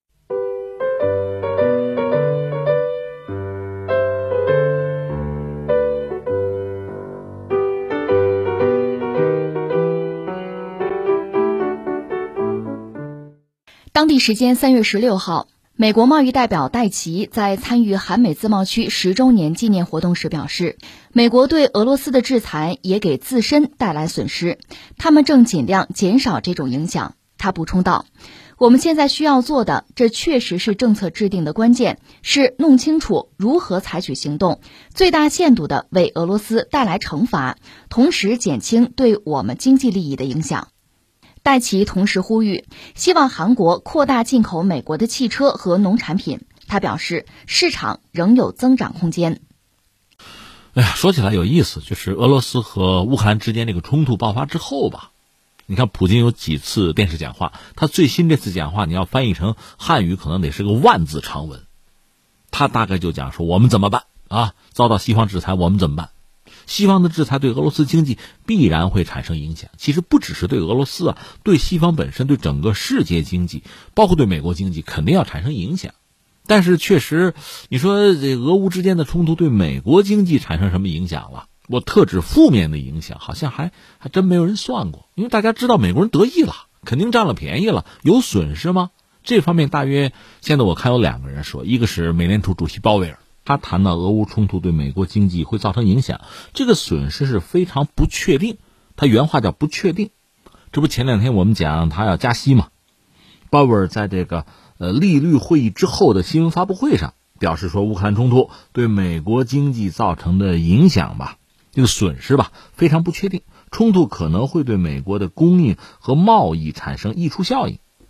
当地时间三月十六号，美国贸易代表戴奇在参与韩美自贸区十周年纪念活动时表示，美国对俄罗斯的制裁也给自身带来损失，他们正尽量减少这种影响。他补充道，我们现在需要做的，这确实是政策制定的关键，是弄清楚如何采取行动，最大限度地为俄罗斯带来惩罚，同时减轻对我们经济利益的影响。戴奇同时呼吁，希望韩国扩大进口美国的汽车和农产品。他表示，市场仍有增长空间。 哎呀，说起来有意思，就是俄罗斯和乌克兰之间这个冲突爆发之后吧，你看普京有几次电视讲话，他最新这次讲话你要翻译成汉语可能得是个万字长文，他大概就讲说我们怎么办啊？遭到西方制裁我们怎么办？西方的制裁对俄罗斯经济必然会产生影响，其实不只是对俄罗斯啊，对西方本身，对整个世界经济，包括对美国经济肯定要产生影响。但是确实你说这俄乌之间的冲突对美国经济产生什么影响了，我特指负面的影响好像还还真没有人算过。因为大家知道美国人得意了，肯定占了便宜了，有损失吗？这方面大约现在我看有两个人说，一个是美联储主席鲍威尔，他谈到俄乌冲突对美国经济会造成影响，这个损失是非常不确定，他原话叫不确定。这不前两天我们讲他要加息嘛，鲍威尔在这个呃利率会议之后的新闻发布会上表示说，乌克兰冲突对美国经济造成的影响吧，这个损失吧非常不确定，冲突可能会对美国的供应和贸易产生溢出效应。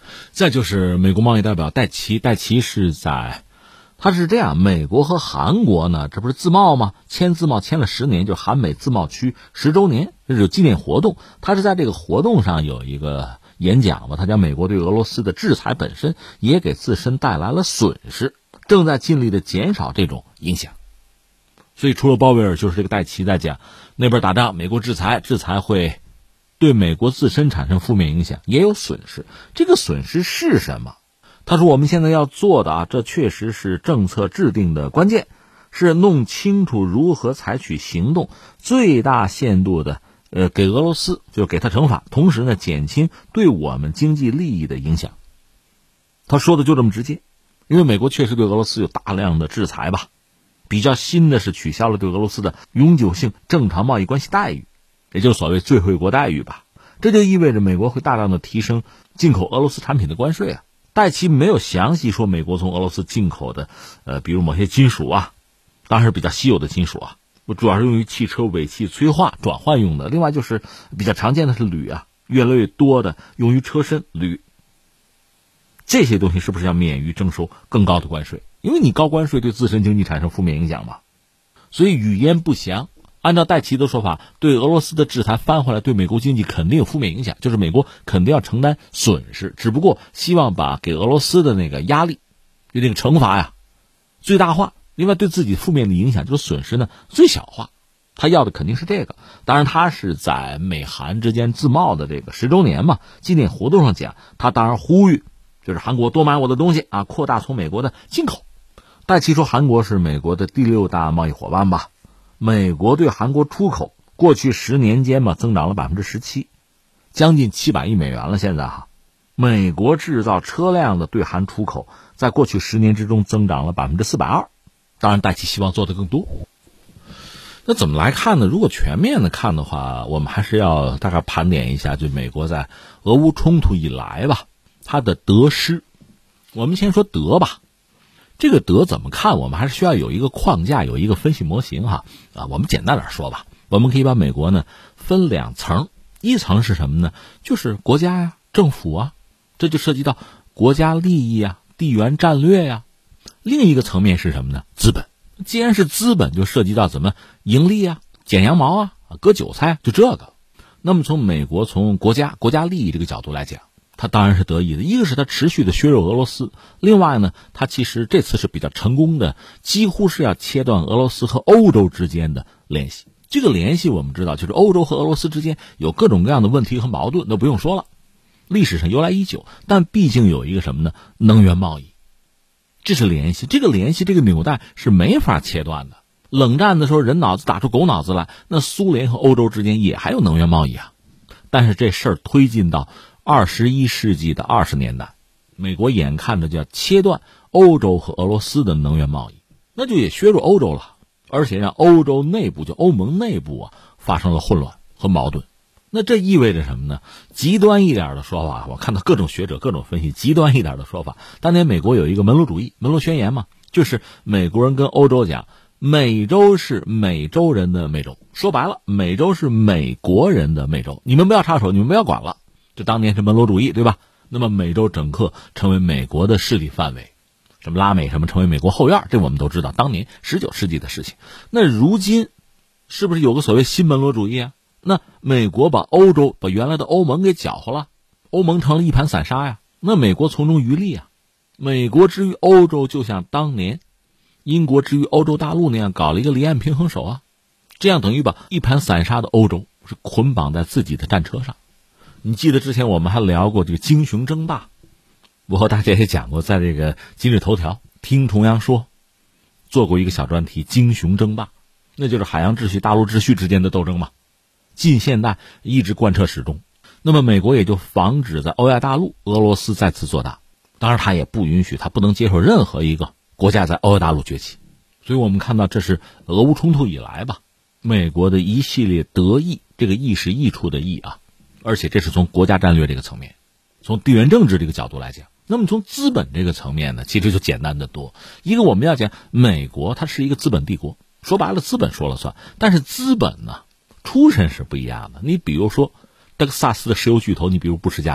再就是美国贸易代表戴奇，戴奇是在，他是这样，美国和韩国呢，这不是自贸吗？签自贸签了十年，就是韩美自贸区十周年，这是有纪念活动。他是在这个活动上有一个演讲吧，他讲美国对俄罗斯的制裁本身也给自身带来了损失，正在尽力的减少这种影响。所以除了鲍威尔，就是这个戴奇在讲，那边打仗，美国制裁，制裁会对美国自身产生负面影响，也有损失。这个损失是什么？他说我们现在要做的啊，这确实是政策制定的关键，是弄清楚如何采取行动，最大限度的呃给俄罗斯就给他惩罚，同时呢减轻对我们经济利益的影响。他说的就这么直接，因为美国确实对俄罗斯有大量的制裁吧。比较新的是取消了对俄罗斯的永久性正常贸易关系待遇，也就是所谓最惠国待遇吧。这就意味着美国会大量的提升进口俄罗斯产品的关税啊。戴奇没有详细说美国从俄罗斯进口的呃，比如某些金属啊，当然是比较稀有的金属啊，主要是用于汽车尾气催化转换用的。另外就是比较常见的是铝啊，越来越多的用于车身铝，这些东西是不是要免于征收更高的关税？因为你高关税对自身经济产生负面影响嘛。所以语焉不详，按照戴奇的说法，对俄罗斯的制裁翻回来对美国经济肯定有负面影响，就是美国肯定要承担损失，只不过希望把给俄罗斯的那个压力就那个惩罚呀最大化，另外对自己负面的影响就是损失呢最小化。他要的肯定是这个。当然他是在美韩之间自贸的这个十周年嘛纪念活动上讲，他当然呼吁就是韩国多买我的东西啊，扩大从美国的进口。戴奇说韩国是美国的第六大贸易伙伴吧，美国对韩国出口过去十年间嘛增长了 百分之十七， 将近七百亿美元了。现在哈，美国制造车辆的对韩出口在过去十年之中增长了 百分之四百二十， 当然戴奇希望做得更多。那怎么来看呢？如果全面的看的话，我们还是要大概盘点一下就美国在俄乌冲突以来吧它的得失。我们先说得吧，这个得怎么看，我们还是需要有一个框架，有一个分析模型哈。啊，我们简单点说吧，我们可以把美国呢分两层，一层是什么呢？就是国家呀、政府啊，这就涉及到国家利益啊、地缘战略呀。另一个层面是什么呢？资本。既然是资本，就涉及到怎么盈利啊、剪羊毛啊、割韭菜啊，就这个。那么从美国从国家国家利益这个角度来讲，他当然是得益的。一个是他持续的削弱俄罗斯，另外呢，他其实这次是比较成功的，几乎是要切断俄罗斯和欧洲之间的联系。这个联系我们知道，就是欧洲和俄罗斯之间有各种各样的问题和矛盾，都不用说了，历史上由来已久。但毕竟有一个什么呢？能源贸易，这是联系。这个联系，这个纽带是没法切断的。冷战的时候，人脑子打出狗脑子来，那苏联和欧洲之间也还有能源贸易啊。但是这事儿推进到二十一世纪的二十年代，美国眼看着就要切断欧洲和俄罗斯的能源贸易，那就也削弱欧洲了，而且让欧洲内部就欧盟内部啊发生了混乱和矛盾。那这意味着什么呢？极端一点的说法，我看到各种学者各种分析，极端一点的说法，当年美国有一个门罗主义门罗宣言嘛，就是美国人跟欧洲讲，美洲是美洲人的美洲，说白了，美洲是美国人的美洲，你们不要插手，你们不要管了。这当年是门罗主义，对吧？那么美洲整个成为美国的势力范围，什么拉美什么成为美国后院，这我们都知道，当年十九世纪的事情。那如今是不是有个所谓新门罗主义啊？那美国把欧洲把原来的欧盟给搅和了，欧盟成了一盘散沙呀，那美国从中渔利啊。美国之于欧洲就像当年英国之于欧洲大陆那样搞了一个离岸平衡手啊，这样等于把一盘散沙的欧洲是捆绑在自己的战车上。你记得之前我们还聊过这个鲸雄争霸，我和大家也讲过，在这个今日头条听重阳说做过一个小专题，鲸雄争霸，那就是海洋秩序大陆秩序之间的斗争嘛，近现代一直贯彻始终。那么美国也就防止在欧亚大陆俄罗斯再次做大，当然他也不允许，他不能接受任何一个国家在欧亚大陆崛起。所以我们看到这是俄乌冲突以来吧，美国的一系列得益，这个益是益处的益啊，而且这是从国家战略这个层面，从地缘政治这个角度来讲。那么从资本这个层面呢，其实就简单的多。一个我们要讲美国它是一个资本帝国，说白了资本说了算，但是资本呢出身是不一样的。你比如说德克萨斯的石油巨头，你比如布什家族，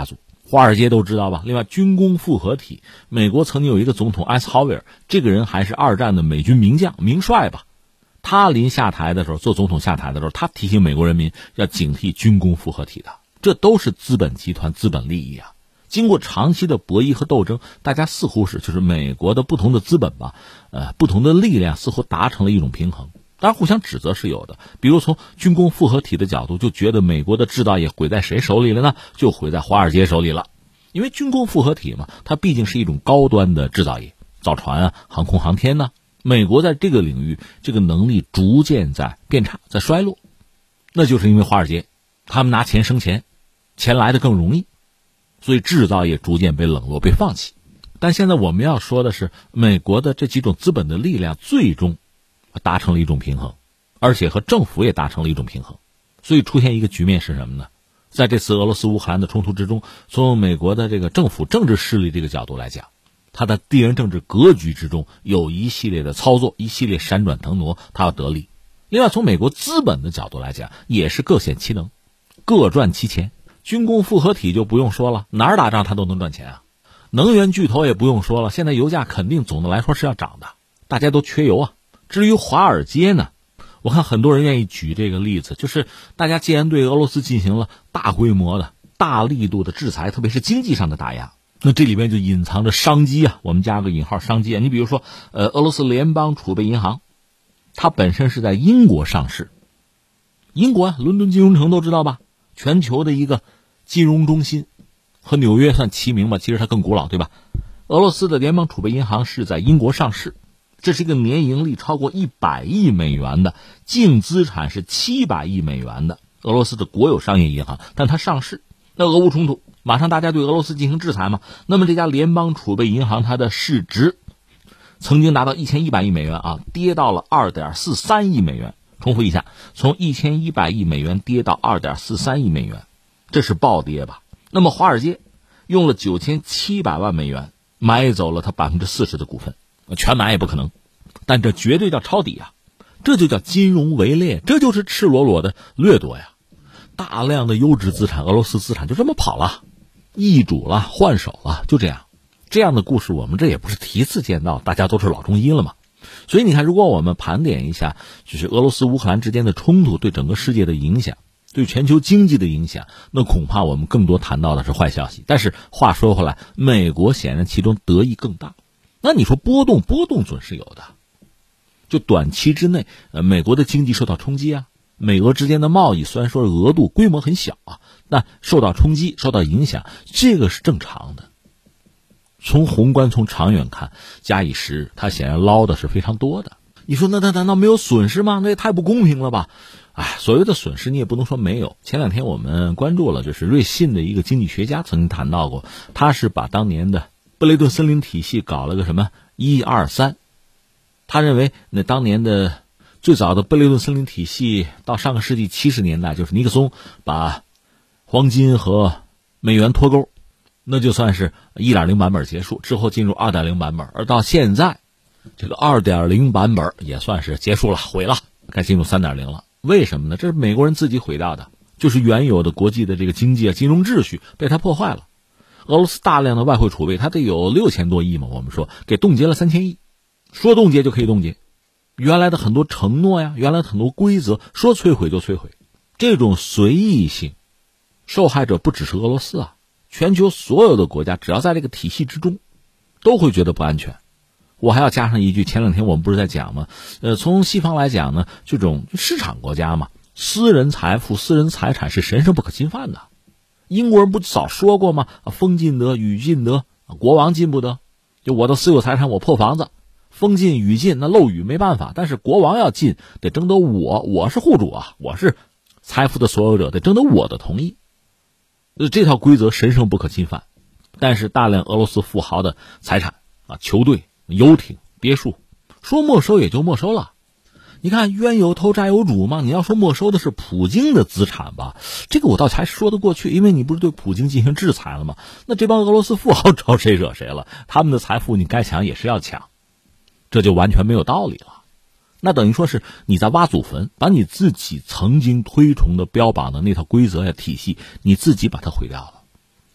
华尔街都知道吧？另外，军工复合体，美国曾经有一个总统艾斯豪威尔，这个人还是二战的美军名将、名帅吧。他临下台的时候，做总统下台的时候，他提醒美国人民要警惕军工复合体的，这都是资本集团、资本利益啊。经过长期的博弈和斗争，大家似乎是就是美国的不同的资本吧，呃，不同的力量似乎达成了一种平衡。当然，互相指责是有的。比如从军工复合体的角度，就觉得美国的制造业毁在谁手里了呢？就毁在华尔街手里了。因为军工复合体嘛，它毕竟是一种高端的制造业，造船啊、航空航天呢。美国在这个领域，这个能力逐渐在变差，在衰落。那就是因为华尔街，他们拿钱生钱，钱来的更容易，所以制造业逐渐被冷落、被放弃。但现在我们要说的是，美国的这几种资本的力量最终达成了一种平衡，而且和政府也达成了一种平衡，所以出现一个局面是什么呢？在这次俄罗斯乌克兰的冲突之中，从美国的这个政府政治势力这个角度来讲，它的地缘政治格局之中有一系列的操作，一系列闪转腾挪，它要得利。另外，从美国资本的角度来讲，也是各显其能，各赚其钱。军工复合体就不用说了，哪儿打仗它都能赚钱啊。能源巨头也不用说了，现在油价肯定总的来说是要涨的，大家都缺油啊。至于华尔街呢，我看很多人愿意举这个例子，就是大家既然对俄罗斯进行了大规模的、大力度的制裁，特别是经济上的打压，那这里面就隐藏着商机啊，我们加个引号商机啊。你比如说，呃，俄罗斯联邦储备银行，它本身是在英国上市，英国啊，伦敦金融城都知道吧，全球的一个金融中心，和纽约算齐名吧，其实它更古老，对吧？俄罗斯的联邦储备银行是在英国上市。这是一个年盈利超过一百亿美元的，净资产是七百亿美元的俄罗斯的国有商业银行，但它上市。那俄乌冲突，马上大家对俄罗斯进行制裁嘛，那么这家联邦储备银行它的市值曾经达到一千一百亿美元啊，跌到了 二点四三亿美元。重复一下，从一千一百亿美元跌到 二点四三亿美元，这是暴跌吧。那么华尔街用了九千七百万美元买走了它 百分之四十 的股份，全买也不可能，但这绝对叫抄底啊！这就叫金融围猎，这就是赤裸裸的掠夺呀！大量的优质资产，俄罗斯资产就这么跑了，易主了，换手了，就这样。这样的故事我们这也不是第一次见到，大家都是老中医了嘛。所以你看，如果我们盘点一下，就是俄罗斯乌克兰之间的冲突对整个世界的影响，对全球经济的影响，那恐怕我们更多谈到的是坏消息。但是话说回来，美国显然其中得益更大。那你说波动，波动总是有的。就短期之内，呃，美国的经济受到冲击啊，美俄之间的贸易虽然说额度规模很小啊，但受到冲击、受到影响，这个是正常的。从宏观、从长远看，假以时日，它显然捞的是非常多的。你说那那难道没有损失吗？那也太不公平了吧！哎，所谓的损失你也不能说没有。前两天我们关注了，就是瑞信的一个经济学家曾经谈到过，他是把当年的布雷顿森林体系搞了个什么一二三，他认为那当年的最早的布雷顿森林体系到上个世纪七十年代，就是尼克松把黄金和美元脱钩，那就算是 一点零 版本结束，之后进入 二点零 版本，而到现在这个 二点零 版本也算是结束了，毁了，该进入 三点零 了。为什么呢？这是美国人自己毁掉的，就是原有的国际的这个经济啊、金融秩序被他破坏了。俄罗斯大量的外汇储备，它得有六千多亿嘛，我们说给冻结了三千亿，说冻结就可以冻结。原来的很多承诺呀，原来的很多规则，说摧毁就摧毁，这种随意性，受害者不只是俄罗斯啊，全球所有的国家只要在这个体系之中，都会觉得不安全。我还要加上一句，前两天我们不是在讲吗？呃，从西方来讲呢，这种市场国家嘛，私人财富、私人财产是神圣不可侵犯的。英国人不早说过吗？风进得，雨进得，国王进不得。就我的私有财产，我破房子，风进雨进，那漏雨没办法，但是国王要进，得征得我，我是户主啊，我是财富的所有者，得征得我的同意。这套规则神圣不可侵犯。但是大量俄罗斯富豪的财产啊，球队、游艇、别墅，说没收也就没收了。你看冤有头债有主嘛，你要说没收的是普京的资产吧，这个我倒还说得过去，因为你不是对普京进行制裁了吗？那这帮俄罗斯富豪招谁惹谁了？他们的财富你该抢也是要抢，这就完全没有道理了。那等于说是你在挖祖坟，把你自己曾经推崇的标榜的那套规则呀体系，你自己把它毁掉了。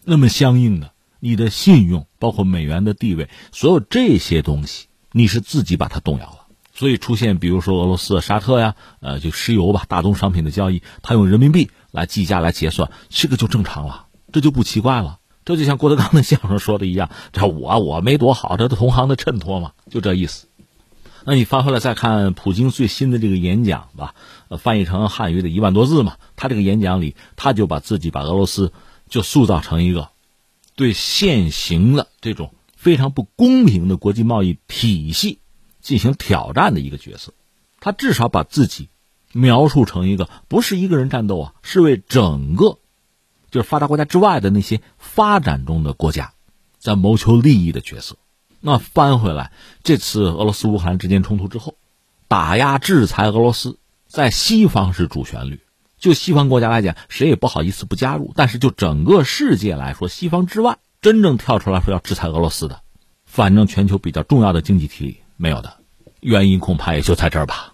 那么相应的，你的信用，包括美元的地位，所有这些东西，你是自己把它动摇了。所以出现比如说俄罗斯沙特呀，呃，就石油吧，大宗商品的交易，它用人民币来计价来结算，这个就正常了，这就不奇怪了。这就像郭德纲的相声说的一样，这我我没多好，这同行的衬托嘛，就这意思。那你翻回来再看普京最新的这个演讲吧，呃，翻译成汉语的一万多字嘛，他这个演讲里，他就把自己把俄罗斯就塑造成一个对现行的这种非常不公平的国际贸易体系进行挑战的一个角色。他至少把自己描述成一个不是一个人战斗啊，是为整个就是发达国家之外的那些发展中的国家在谋求利益的角色。那翻回来，这次俄罗斯乌克兰之间冲突之后，打压制裁俄罗斯在西方是主旋律，就西方国家来讲，谁也不好意思不加入。但是就整个世界来说，西方之外真正跳出来说要制裁俄罗斯的，反正全球比较重要的经济体里没有的，原因恐怕也就在这儿吧。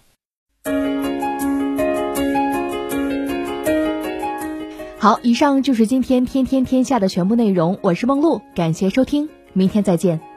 好，以上就是今天天天天下的全部内容，我是梦露，感谢收听，明天再见。